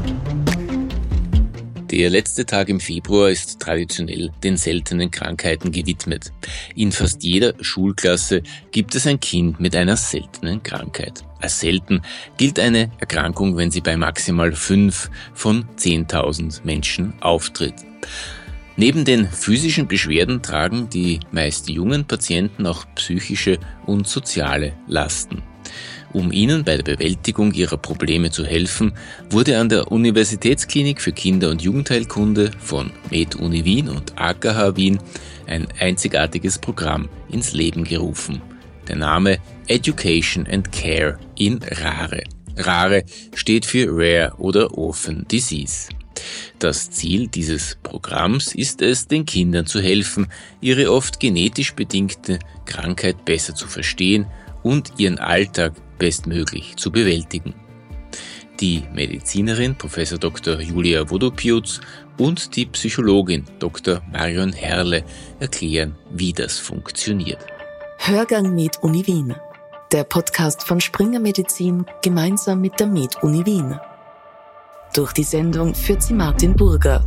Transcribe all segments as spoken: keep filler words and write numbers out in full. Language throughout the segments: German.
Der letzte Tag im Februar ist traditionell den seltenen Krankheiten gewidmet. In fast jeder Schulklasse gibt es ein Kind mit einer seltenen Krankheit. Als selten gilt eine Erkrankung, wenn sie bei maximal fünf von zehntausend Menschen auftritt. Neben den physischen Beschwerden tragen die meist jungen Patienten auch psychische und soziale Lasten. Um ihnen bei der Bewältigung ihrer Probleme zu helfen, wurde an der Universitätsklinik für Kinder- und Jugendheilkunde von MedUni Wien und A K H Wien ein einzigartiges Programm ins Leben gerufen. Der Name Education and Care in RARE. RARE steht für Rare oder Orphan Disease. Das Ziel dieses Programms ist es, den Kindern zu helfen, ihre oft genetisch bedingte Krankheit besser zu verstehen und ihren Alltag bestmöglich zu bewältigen. Die Medizinerin Professor Doktor Julia Wodopiutz und die Psychologin Doktor Marion Herle erklären, wie das funktioniert. Hörgang MedUni Wien, der Podcast von Springer Medizin gemeinsam mit der MedUni Wien. Durch die Sendung führt sie Martin Burger.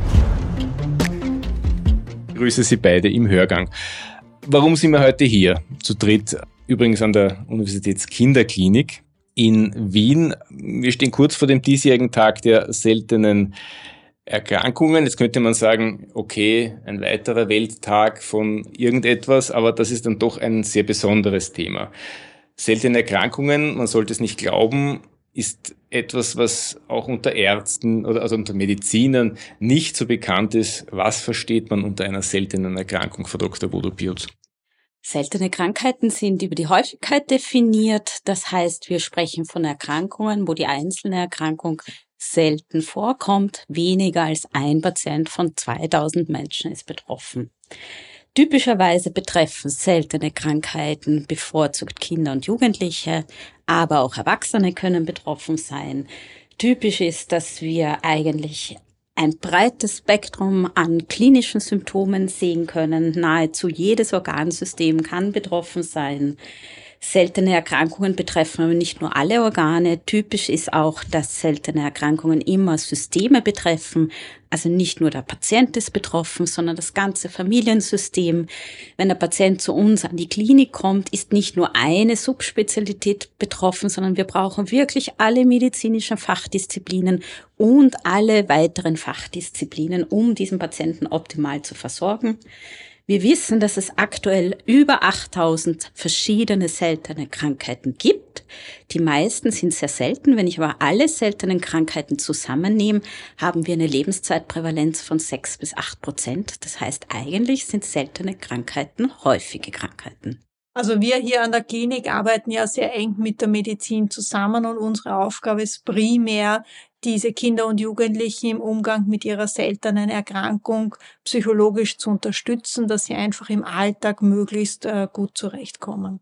Ich grüße Sie beide im Hörgang. Warum sind wir heute hier? Zu dritt, übrigens an der Universitätskinderklinik in Wien. Wir stehen kurz vor dem diesjährigen Tag der seltenen Erkrankungen. Jetzt könnte man sagen, okay, ein weiterer Welttag von irgendetwas, aber das ist dann doch ein sehr besonderes Thema. Seltene Erkrankungen, man sollte es nicht glauben, ist etwas, was auch unter Ärzten oder also unter Medizinern nicht so bekannt ist. Was versteht man unter einer seltenen Erkrankung, Frau Doktor Wodopiutz? Seltene Krankheiten sind über die Häufigkeit definiert. Das heißt, wir sprechen von Erkrankungen, wo die einzelne Erkrankung selten vorkommt. Weniger als ein Patient von zweitausend Menschen ist betroffen. Typischerweise betreffen seltene Krankheiten bevorzugt Kinder und Jugendliche, aber auch Erwachsene können betroffen sein. Typisch ist, dass wir eigentlich ein breites Spektrum an klinischen Symptomen sehen können. Nahezu jedes Organsystem kann betroffen sein. Seltene Erkrankungen betreffen aber nicht nur alle Organe. Typisch ist auch, dass seltene Erkrankungen immer Systeme betreffen. Also nicht nur der Patient ist betroffen, sondern das ganze Familiensystem. Wenn der Patient zu uns an die Klinik kommt, ist nicht nur eine Subspezialität betroffen, sondern wir brauchen wirklich alle medizinischen Fachdisziplinen und alle weiteren Fachdisziplinen, um diesen Patienten optimal zu versorgen. Wir wissen, dass es aktuell über achttausend verschiedene seltene Krankheiten gibt. Die meisten sind sehr selten. Wenn ich aber alle seltenen Krankheiten zusammennehme, haben wir eine Lebenszeitprävalenz von sechs bis acht Prozent. Das heißt, eigentlich sind seltene Krankheiten häufige Krankheiten. Also wir hier an der Klinik arbeiten ja sehr eng mit der Medizin zusammen und unsere Aufgabe ist primär, diese Kinder und Jugendlichen im Umgang mit ihrer seltenen Erkrankung psychologisch zu unterstützen, dass sie einfach im Alltag möglichst äh, gut zurechtkommen.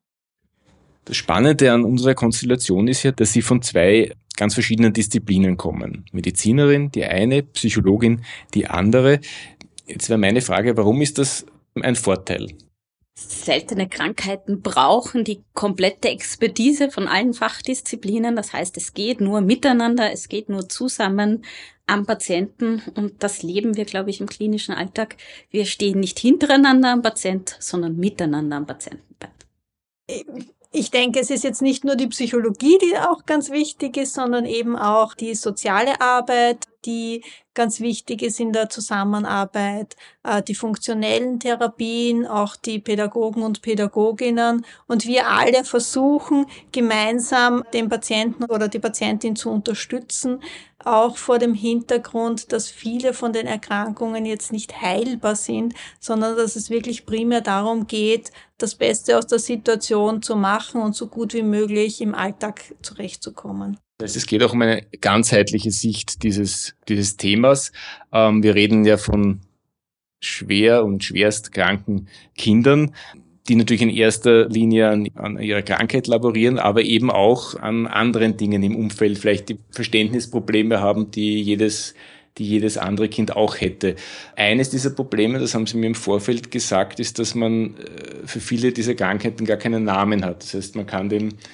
Das Spannende an unserer Konstellation ist ja, dass Sie von zwei ganz verschiedenen Disziplinen kommen. Medizinerin, die eine, Psychologin, die andere. Jetzt wäre meine Frage, warum ist das ein Vorteil? Seltene Krankheiten brauchen die komplette Expertise von allen Fachdisziplinen. Das heißt, es geht nur miteinander, es geht nur zusammen am Patienten. Und das leben wir, glaube ich, im klinischen Alltag. Wir stehen nicht hintereinander am Patient, sondern miteinander am Patientenbett. Ich denke, es ist jetzt nicht nur die Psychologie, die auch ganz wichtig ist, sondern eben auch die soziale Arbeit, die ganz wichtig ist in der Zusammenarbeit, die funktionellen Therapien, auch die Pädagogen und Pädagoginnen. Und wir alle versuchen, gemeinsam den Patienten oder die Patientin zu unterstützen, auch vor dem Hintergrund, dass viele von den Erkrankungen jetzt nicht heilbar sind, sondern dass es wirklich primär darum geht, das Beste aus der Situation zu machen und so gut wie möglich im Alltag zurechtzukommen. Es geht auch um eine ganzheitliche Sicht dieses, dieses Themas. Ähm, wir reden ja von schwer und schwerst kranken Kindern, die natürlich in erster Linie an, an ihrer Krankheit laborieren, aber eben auch an anderen Dingen im Umfeld, vielleicht die Verständnisprobleme haben, die jedes, die jedes andere Kind auch hätte. Eines dieser Probleme, das haben Sie mir im Vorfeld gesagt, ist, dass man für viele dieser Krankheiten gar keinen Namen hat. Das heißt, man kann dem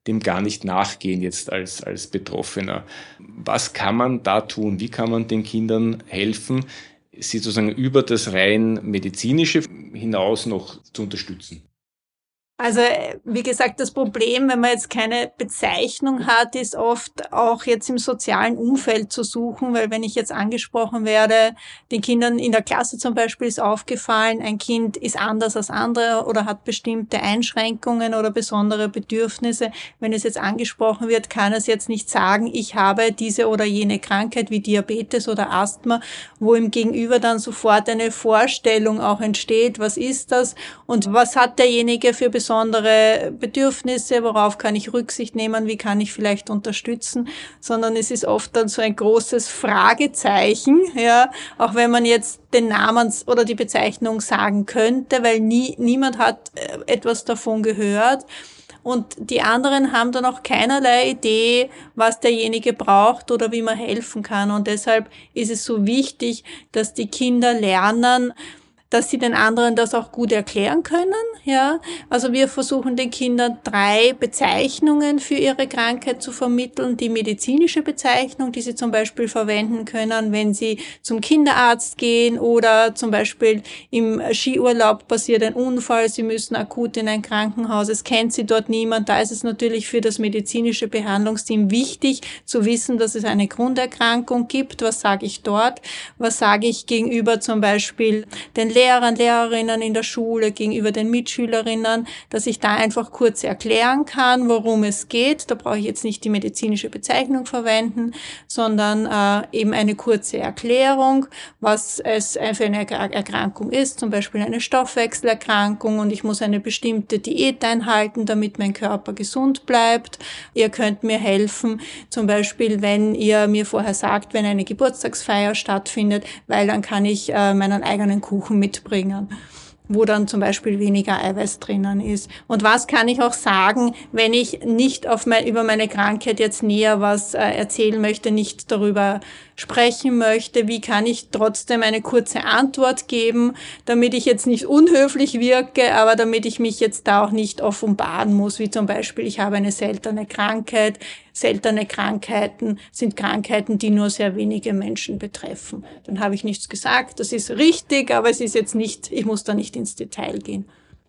dem gar nicht nachgehen jetzt als, als Betroffener. Was kann man da tun? Wie kann man den Kindern helfen, sie sozusagen über das rein medizinische hinaus noch zu unterstützen? Also, wie gesagt, das Problem, wenn man jetzt keine Bezeichnung hat, ist oft auch jetzt im sozialen Umfeld zu suchen, weil wenn ich jetzt angesprochen werde, den Kindern in der Klasse zum Beispiel ist aufgefallen, ein Kind ist anders als andere oder hat bestimmte Einschränkungen oder besondere Bedürfnisse. Wenn es jetzt angesprochen wird, kann es jetzt nicht sagen, ich habe diese oder jene Krankheit wie Diabetes oder Asthma, wo im Gegenüber dann sofort eine Vorstellung auch entsteht, was ist das und was hat derjenige für besondere besondere Bedürfnisse, worauf kann ich Rücksicht nehmen, wie kann ich vielleicht unterstützen, sondern es ist oft dann so ein großes Fragezeichen, ja, auch wenn man jetzt den Namen oder die Bezeichnung sagen könnte, weil nie, niemand hat etwas davon gehört. Und die anderen haben dann auch keinerlei Idee, was derjenige braucht oder wie man helfen kann. Und deshalb ist es so wichtig, dass die Kinder lernen, dass sie den anderen das auch gut erklären können, ja. Also wir versuchen den Kindern drei Bezeichnungen für ihre Krankheit zu vermitteln. Die medizinische Bezeichnung, die sie zum Beispiel verwenden können, wenn sie zum Kinderarzt gehen oder zum Beispiel im Skiurlaub passiert ein Unfall, sie müssen akut in ein Krankenhaus, es kennt sie dort niemand. Da ist es natürlich für das medizinische Behandlungsteam wichtig zu wissen, dass es eine Grunderkrankung gibt. Was sage ich dort? Was sage ich gegenüber zum Beispiel den Lehrern, Lehrerinnen in der Schule, gegenüber den Mitschülerinnen, dass ich da einfach kurz erklären kann, worum es geht. Da brauche ich jetzt nicht die medizinische Bezeichnung verwenden, sondern äh, eben eine kurze Erklärung, was es für eine Erkrankung ist, zum Beispiel eine Stoffwechselerkrankung und ich muss eine bestimmte Diät einhalten, damit mein Körper gesund bleibt. Ihr könnt mir helfen, zum Beispiel, wenn ihr mir vorher sagt, wenn eine Geburtstagsfeier stattfindet, weil dann kann ich äh, meinen eigenen Kuchen mitbringen, wo dann zum Beispiel weniger Eiweiß drinnen ist. Und was kann ich auch sagen, wenn ich nicht auf mein, über meine Krankheit jetzt näher was äh, erzählen möchte, nicht darüber sprechen möchte, wie kann ich trotzdem eine kurze Antwort geben, damit ich jetzt nicht unhöflich wirke, aber damit ich mich jetzt da auch nicht offenbaren muss, wie zum Beispiel, ich habe eine seltene Krankheit. Seltene Krankheiten sind Krankheiten, die nur sehr wenige Menschen betreffen. Dann habe ich nichts gesagt, das ist richtig, aber es ist jetzt nicht, ich muss da nicht ins Detail gehen.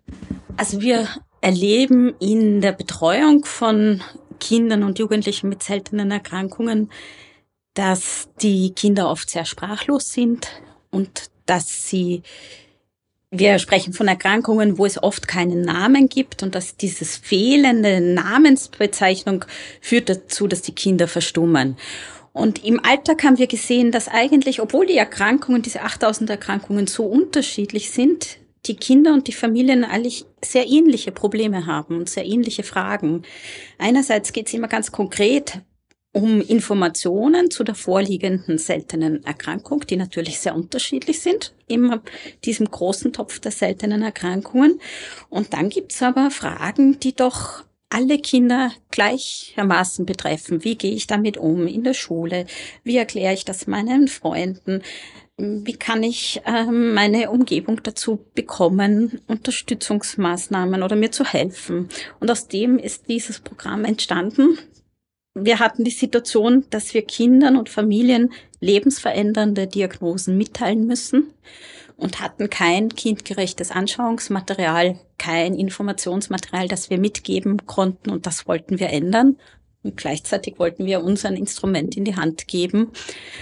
Also wir erleben in der Betreuung von Kindern und Jugendlichen mit seltenen Erkrankungen, dass die Kinder oft sehr sprachlos sind und dass sie, wir sprechen von Erkrankungen, wo es oft keinen Namen gibt und dass dieses fehlende Namensbezeichnung führt dazu, dass die Kinder verstummen. Und im Alltag haben wir gesehen, dass eigentlich, obwohl die Erkrankungen, diese achttausend Erkrankungen so unterschiedlich sind, die Kinder und die Familien eigentlich sehr ähnliche Probleme haben und sehr ähnliche Fragen. Einerseits geht es immer ganz konkret um Informationen zu der vorliegenden seltenen Erkrankung, die natürlich sehr unterschiedlich sind, in diesem großen Topf der seltenen Erkrankungen. Und dann gibt's aber Fragen, die doch alle Kinder gleichermaßen betreffen. Wie gehe ich damit um in der Schule? Wie erkläre ich das meinen Freunden? Wie kann ich äh, meine Umgebung dazu bekommen, Unterstützungsmaßnahmen oder mir zu helfen? Und aus dem ist dieses Programm entstanden. Wir hatten die Situation, dass wir Kindern und Familien lebensverändernde Diagnosen mitteilen müssen und hatten kein kindgerechtes Anschauungsmaterial, kein Informationsmaterial, das wir mitgeben konnten, und das wollten wir ändern. Und gleichzeitig wollten wir uns ein Instrument in die Hand geben,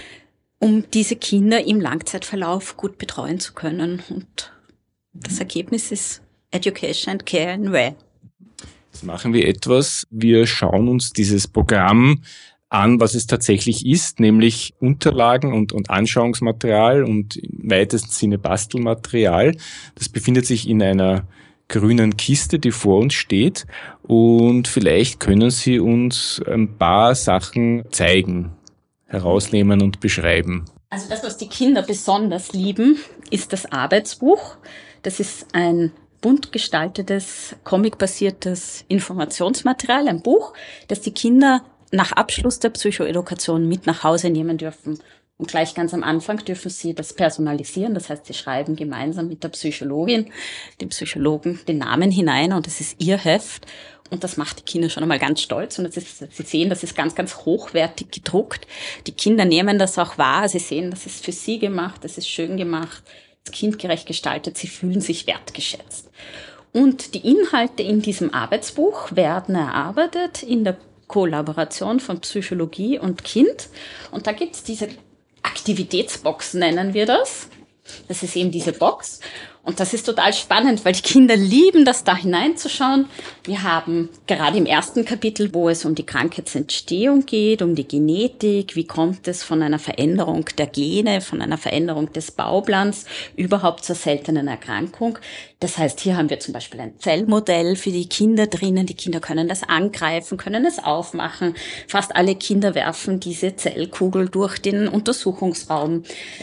um diese Kinder im Langzeitverlauf gut betreuen zu können. Und das Ergebnis ist Education and Care in Rare. Jetzt machen wir etwas. Wir schauen uns dieses Programm an, was es tatsächlich ist, nämlich Unterlagen und, und Anschauungsmaterial und im weitesten Sinne Bastelmaterial. Das befindet sich in einer grünen Kiste, die vor uns steht, und vielleicht können Sie uns ein paar Sachen zeigen, herausnehmen und beschreiben. Also das, was die Kinder besonders lieben, ist das Arbeitsbuch. Das ist ein bunt gestaltetes, comicbasiertes Informationsmaterial, ein Buch, das die Kinder nach Abschluss der Psychoedukation mit nach Hause nehmen dürfen. Und gleich ganz am Anfang dürfen sie das personalisieren, das heißt, sie schreiben gemeinsam mit der Psychologin, dem Psychologen den Namen hinein und es ist ihr Heft. Und das macht die Kinder schon einmal ganz stolz. Und das ist, sie sehen, das ist ganz, ganz hochwertig gedruckt. Die Kinder nehmen das auch wahr. Sie sehen, das ist für sie gemacht, das ist schön gemacht, das ist kindgerecht gestaltet. Sie fühlen sich wertgeschätzt. Und die Inhalte in diesem Arbeitsbuch werden erarbeitet in der Kollaboration von Psychologie und Kind. Und da gibt's diese Aktivitätsbox, nennen wir das. Das ist eben diese Box. Und das ist total spannend, weil die Kinder lieben, das da hineinzuschauen. Wir haben gerade im ersten Kapitel, wo es um die Krankheitsentstehung geht, um die Genetik, wie kommt es von einer Veränderung der Gene, von einer Veränderung des Bauplans überhaupt zur seltenen Erkrankung. Das heißt, hier haben wir zum Beispiel ein Zellmodell für die Kinder drinnen. Die Kinder können das angreifen, können es aufmachen. Fast alle Kinder werfen diese Zellkugel durch den Untersuchungsraum.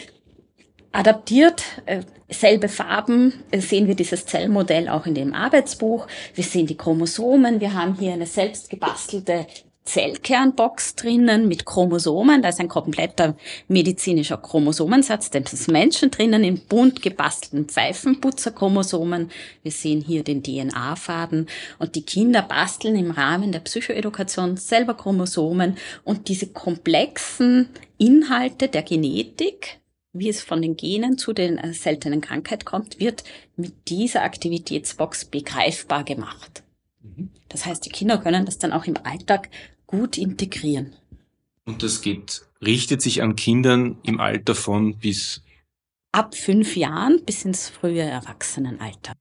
Adaptiert, äh, selbe Farben, äh, sehen wir dieses Zellmodell auch in dem Arbeitsbuch. Wir sehen die Chromosomen. Wir haben hier eine selbst gebastelte Zellkernbox drinnen mit Chromosomen. Da ist ein kompletter medizinischer Chromosomensatz des Menschen drinnen in bunt gebastelten Pfeifenputzerchromosomen. Wir sehen hier den D N A-Faden. Und die Kinder basteln im Rahmen der Psychoedukation selber Chromosomen. Und diese komplexen Inhalte der Genetik, wie es von den Genen zu den äh, seltenen Krankheiten kommt, wird mit dieser Aktivitätsbox begreifbar gemacht. Mhm. Das heißt, die Kinder können das dann auch im Alltag gut integrieren. Und das geht, richtet sich an Kindern im Alter von bis? Ab fünf Jahren bis ins frühe Erwachsenenalter.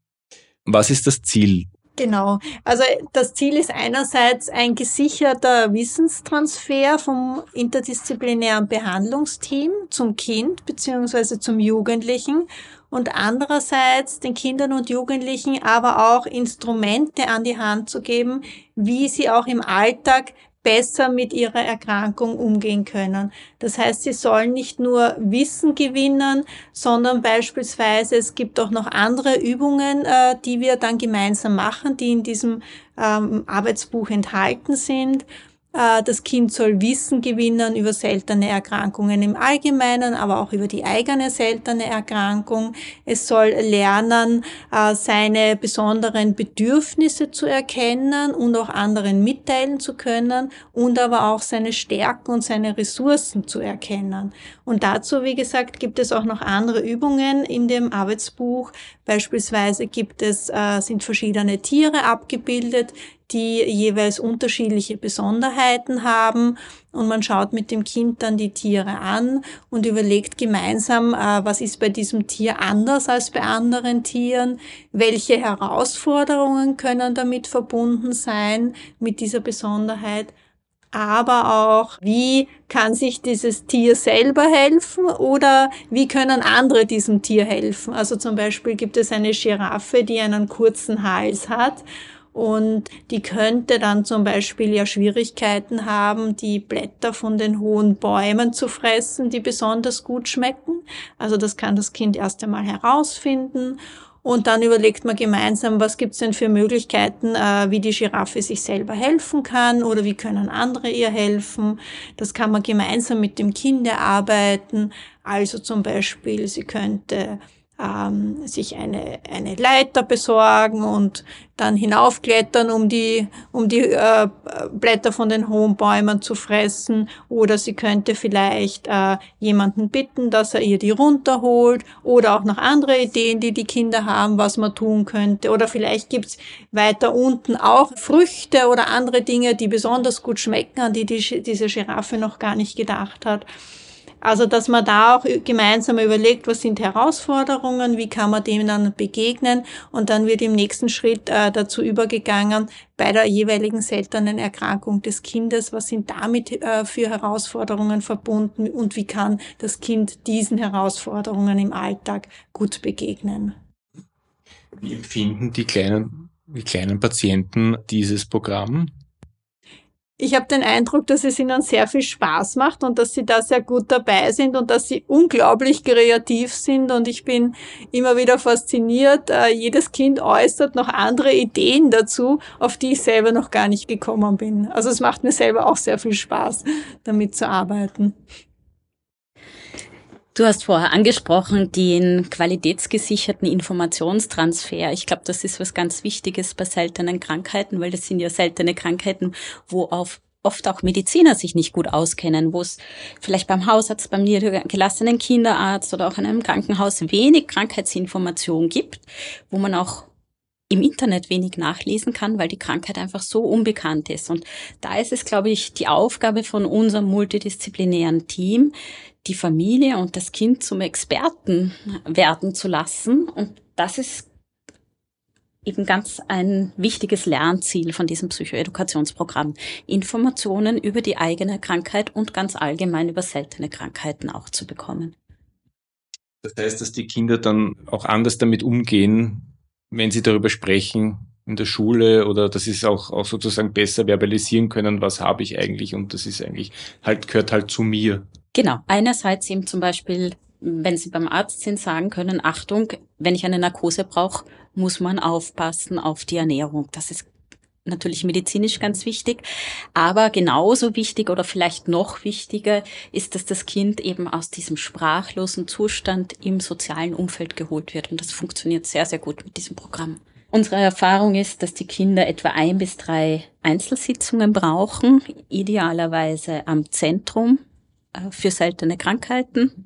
Was ist das Ziel? Genau. Also das Ziel ist einerseits ein gesicherter Wissenstransfer vom interdisziplinären Behandlungsteam zum Kind bzw. zum Jugendlichen und andererseits den Kindern und Jugendlichen aber auch Instrumente an die Hand zu geben, wie sie auch im Alltag besser mit ihrer Erkrankung umgehen können. Das heißt, sie sollen nicht nur Wissen gewinnen, sondern beispielsweise, es gibt auch noch andere Übungen, äh, die wir dann gemeinsam machen, die in diesem ähm, Arbeitsbuch enthalten sind. Äh, das Kind soll Wissen gewinnen über seltene Erkrankungen im Allgemeinen, aber auch über die eigene seltene Erkrankung. Es soll lernen, äh, seine besonderen Bedürfnisse zu erkennen und auch anderen mitteilen zu können und aber auch seine Stärken und seine Ressourcen zu erkennen. Und dazu, wie gesagt, gibt es auch noch andere Übungen in dem Arbeitsbuch. Beispielsweise gibt es, äh, sind verschiedene Tiere abgebildet, die jeweils unterschiedliche Besonderheiten haben und man schaut mit dem Kind dann die Tiere an und überlegt gemeinsam, äh, was ist bei diesem Tier anders als bei anderen Tieren, welche Herausforderungen können damit verbunden sein mit dieser Besonderheit, aber auch, wie kann sich dieses Tier selber helfen oder wie können andere diesem Tier helfen. Also zum Beispiel gibt es eine Giraffe, die einen kurzen Hals hat. Und die könnte dann zum Beispiel ja Schwierigkeiten haben, die Blätter von den hohen Bäumen zu fressen, die besonders gut schmecken. Also das kann das Kind erst einmal herausfinden. Und dann überlegt man gemeinsam, was gibt's denn für Möglichkeiten, äh, wie die Giraffe sich selber helfen kann oder wie können andere ihr helfen. Das kann man gemeinsam mit dem Kind erarbeiten. Also zum Beispiel, sie könnte ähm, sich eine eine Leiter besorgen und dann hinaufklettern, um die um die äh, Blätter von den hohen Bäumen zu fressen. Oder sie könnte vielleicht äh, jemanden bitten, dass er ihr die runterholt. Oder auch noch andere Ideen, die die Kinder haben, was man tun könnte. Oder vielleicht gibt's weiter unten auch Früchte oder andere Dinge, die besonders gut schmecken, an die, die diese Giraffe noch gar nicht gedacht hat. Also, dass man da auch gemeinsam überlegt, was sind Herausforderungen, wie kann man dem dann begegnen und dann wird im nächsten Schritt äh, dazu übergegangen, bei der jeweiligen seltenen Erkrankung des Kindes, was sind damit äh, für Herausforderungen verbunden und wie kann das Kind diesen Herausforderungen im Alltag gut begegnen. Wie empfinden die kleinen, die kleinen Patienten dieses Programm? Ich habe den Eindruck, dass es ihnen sehr viel Spaß macht und dass sie da sehr gut dabei sind und dass sie unglaublich kreativ sind und ich bin immer wieder fasziniert. Äh, jedes Kind äußert noch andere Ideen dazu, auf die ich selber noch gar nicht gekommen bin. Also es macht mir selber auch sehr viel Spaß, damit zu arbeiten. Du hast vorher angesprochen, den qualitätsgesicherten Informationstransfer. Ich glaube, das ist was ganz Wichtiges bei seltenen Krankheiten, weil das sind ja seltene Krankheiten, wo auf oft auch Mediziner sich nicht gut auskennen, wo es vielleicht beim Hausarzt, beim niedergelassenen Kinderarzt oder auch in einem Krankenhaus wenig Krankheitsinformation gibt, wo man auch im Internet wenig nachlesen kann, weil die Krankheit einfach so unbekannt ist. Und da ist es, glaube ich, die Aufgabe von unserem multidisziplinären Team, die Familie und das Kind zum Experten werden zu lassen. Und das ist eben ganz ein wichtiges Lernziel von diesem Psychoedukationsprogramm. Informationen über die eigene Krankheit und ganz allgemein über seltene Krankheiten auch zu bekommen. Das heißt, dass die Kinder dann auch anders damit umgehen, wenn sie darüber sprechen in der Schule, oder dass sie es auch, auch sozusagen besser verbalisieren können, was habe ich eigentlich, und das ist eigentlich halt, gehört halt zu mir. Genau. Einerseits eben zum Beispiel, wenn sie beim Arzt sind, sagen können, Achtung, wenn ich eine Narkose brauche, muss man aufpassen auf die Ernährung. Das ist natürlich medizinisch ganz wichtig, aber genauso wichtig oder vielleicht noch wichtiger ist, dass das Kind eben aus diesem sprachlosen Zustand im sozialen Umfeld geholt wird. Und das funktioniert sehr, sehr gut mit diesem Programm. Unsere Erfahrung ist, dass die Kinder etwa ein bis drei Einzelsitzungen brauchen, idealerweise am Zentrum für seltene Krankheiten.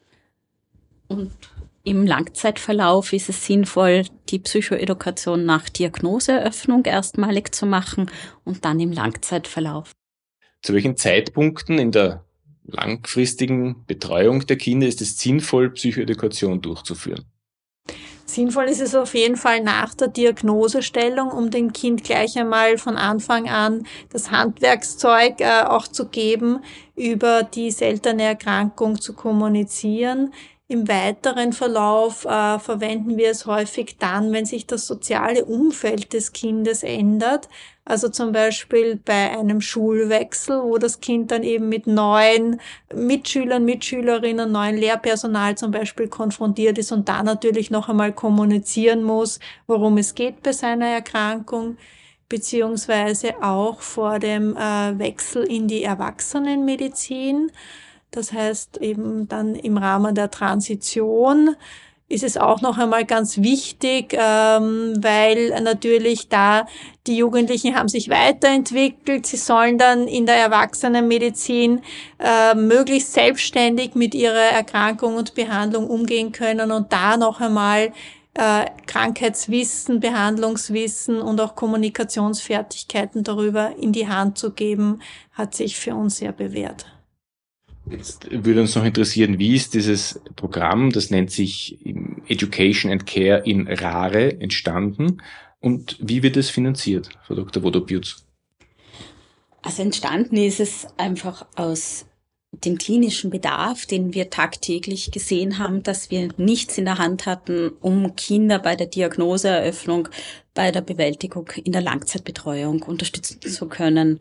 Und im Langzeitverlauf ist es sinnvoll, die Psychoedukation nach Diagnoseeröffnung erstmalig zu machen und dann im Langzeitverlauf. Zu welchen Zeitpunkten in der langfristigen Betreuung der Kinder ist es sinnvoll, Psychoedukation durchzuführen? Sinnvoll ist es auf jeden Fall nach der Diagnosestellung, um dem Kind gleich einmal von Anfang an das Handwerkszeug äh, auch zu geben, über die seltene Erkrankung zu kommunizieren. Im weiteren Verlauf äh, verwenden wir es häufig dann, wenn sich das soziale Umfeld des Kindes ändert. Also zum Beispiel bei einem Schulwechsel, wo das Kind dann eben mit neuen Mitschülern, Mitschülerinnen, neuen Lehrpersonal zum Beispiel konfrontiert ist und da natürlich noch einmal kommunizieren muss, worum es geht bei seiner Erkrankung, beziehungsweise auch vor dem äh, Wechsel in die Erwachsenenmedizin. Das heißt eben dann im Rahmen der Transition ist es auch noch einmal ganz wichtig, ähm, weil natürlich da die Jugendlichen haben sich weiterentwickelt. Sie sollen dann in der Erwachsenenmedizin äh, möglichst selbstständig mit ihrer Erkrankung und Behandlung umgehen können und da noch einmal äh, Krankheitswissen, Behandlungswissen und auch Kommunikationsfertigkeiten darüber in die Hand zu geben, hat sich für uns sehr bewährt. Jetzt würde uns noch interessieren, wie ist dieses Programm, das nennt sich Education and Care in RARE, entstanden und wie wird es finanziert, Frau Doktor Vodopjutz? Also entstanden ist es einfach aus dem klinischen Bedarf, den wir tagtäglich gesehen haben, dass wir nichts in der Hand hatten, um Kinder bei der Diagnoseeröffnung, bei der Bewältigung in der Langzeitbetreuung unterstützen zu können.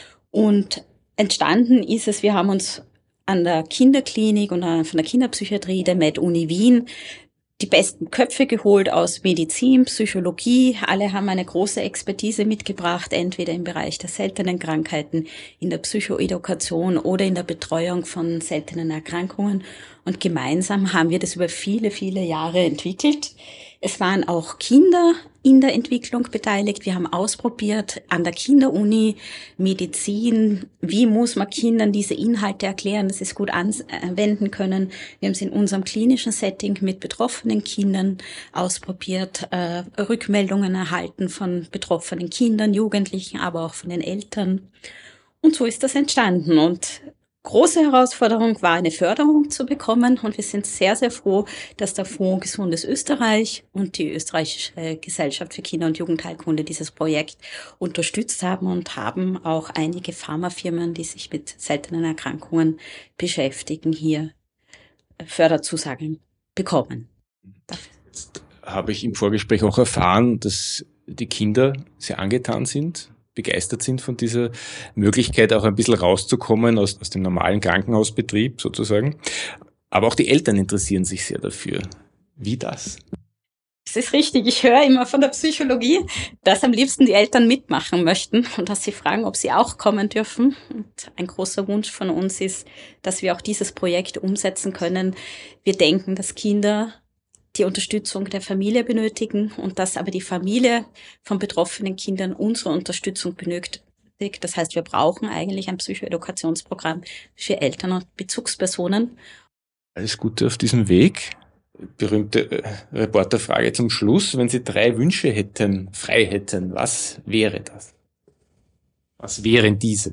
Und entstanden ist es, wir haben uns an der Kinderklinik und von der Kinderpsychiatrie der MedUni Wien die besten Köpfe geholt aus Medizin, Psychologie. Alle haben eine große Expertise mitgebracht, entweder im Bereich der seltenen Krankheiten, in der Psychoedukation oder in der Betreuung von seltenen Erkrankungen. Und gemeinsam haben wir das über viele, viele Jahre entwickelt. Es waren auch Kinder in der Entwicklung beteiligt. Wir haben ausprobiert an der Kinderuni Medizin, wie muss man Kindern diese Inhalte erklären, dass sie es gut anwenden können. Wir haben es in unserem klinischen Setting mit betroffenen Kindern ausprobiert, äh, Rückmeldungen erhalten von betroffenen Kindern, Jugendlichen, aber auch von den Eltern. Und so ist das entstanden. Und große Herausforderung war, eine Förderung zu bekommen, und wir sind sehr, sehr froh, dass der Fonds Gesundes Österreich und die Österreichische Gesellschaft für Kinder- und Jugendheilkunde dieses Projekt unterstützt haben und haben auch einige Pharmafirmen, die sich mit seltenen Erkrankungen beschäftigen, hier Förderzusagen bekommen. Jetzt habe ich im Vorgespräch auch erfahren, dass die Kinder sehr angetan sind, begeistert sind von dieser Möglichkeit, auch ein bisschen rauszukommen aus, aus dem normalen Krankenhausbetrieb sozusagen. Aber auch die Eltern interessieren sich sehr dafür. Wie das? Es ist richtig, ich höre immer von der Psychologie, dass am liebsten die Eltern mitmachen möchten und dass sie fragen, ob sie auch kommen dürfen. Und ein großer Wunsch von uns ist, dass wir auch dieses Projekt umsetzen können. Wir denken, dass Kinder die Unterstützung der Familie benötigen und dass aber die Familie von betroffenen Kindern unsere Unterstützung benötigt. Das heißt, wir brauchen eigentlich ein Psychoedukationsprogramm für Eltern und Bezugspersonen. Alles Gute auf diesem Weg. Berühmte Reporterfrage zum Schluss. Wenn Sie drei Wünsche hätten, frei hätten, was wäre das? Was wären diese?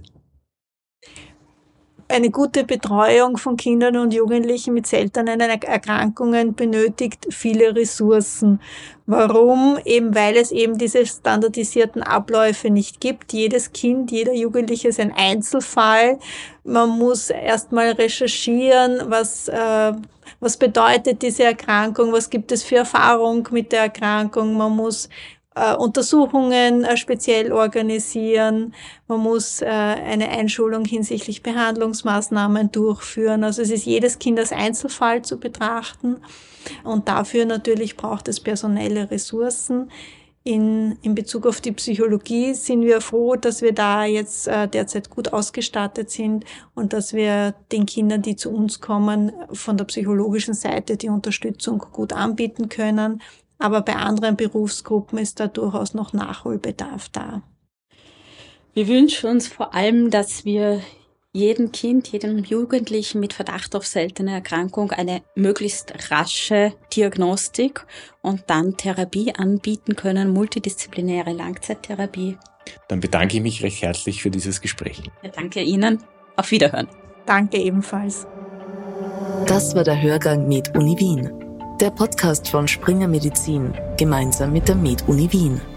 Eine gute Betreuung von Kindern und Jugendlichen mit seltenen Erkrankungen benötigt viele Ressourcen. Warum? Eben weil es eben diese standardisierten Abläufe nicht gibt. Jedes Kind, jeder Jugendliche ist ein Einzelfall. Man muss erstmal recherchieren, was, äh, was bedeutet diese Erkrankung, was gibt es für Erfahrung mit der Erkrankung. Man muss Äh, Untersuchungen äh, speziell organisieren. Man muss äh, eine Einschulung hinsichtlich Behandlungsmaßnahmen durchführen. Also es ist jedes Kind als Einzelfall zu betrachten. Und dafür natürlich braucht es personelle Ressourcen. In, in Bezug auf die Psychologie sind wir froh, dass wir da jetzt äh, derzeit gut ausgestattet sind und dass wir den Kindern, die zu uns kommen, von der psychologischen Seite die Unterstützung gut anbieten können. Aber bei anderen Berufsgruppen ist da durchaus noch Nachholbedarf da. Wir wünschen uns vor allem, dass wir jedem Kind, jedem Jugendlichen mit Verdacht auf seltene Erkrankung eine möglichst rasche Diagnostik und dann Therapie anbieten können, multidisziplinäre Langzeittherapie. Dann bedanke ich mich recht herzlich für dieses Gespräch. Ja, danke Ihnen. Auf Wiederhören. Danke ebenfalls. Das war der Hörgang Med Uni Wien. Der Podcast von Springer Medizin, gemeinsam mit der Med Uni Wien.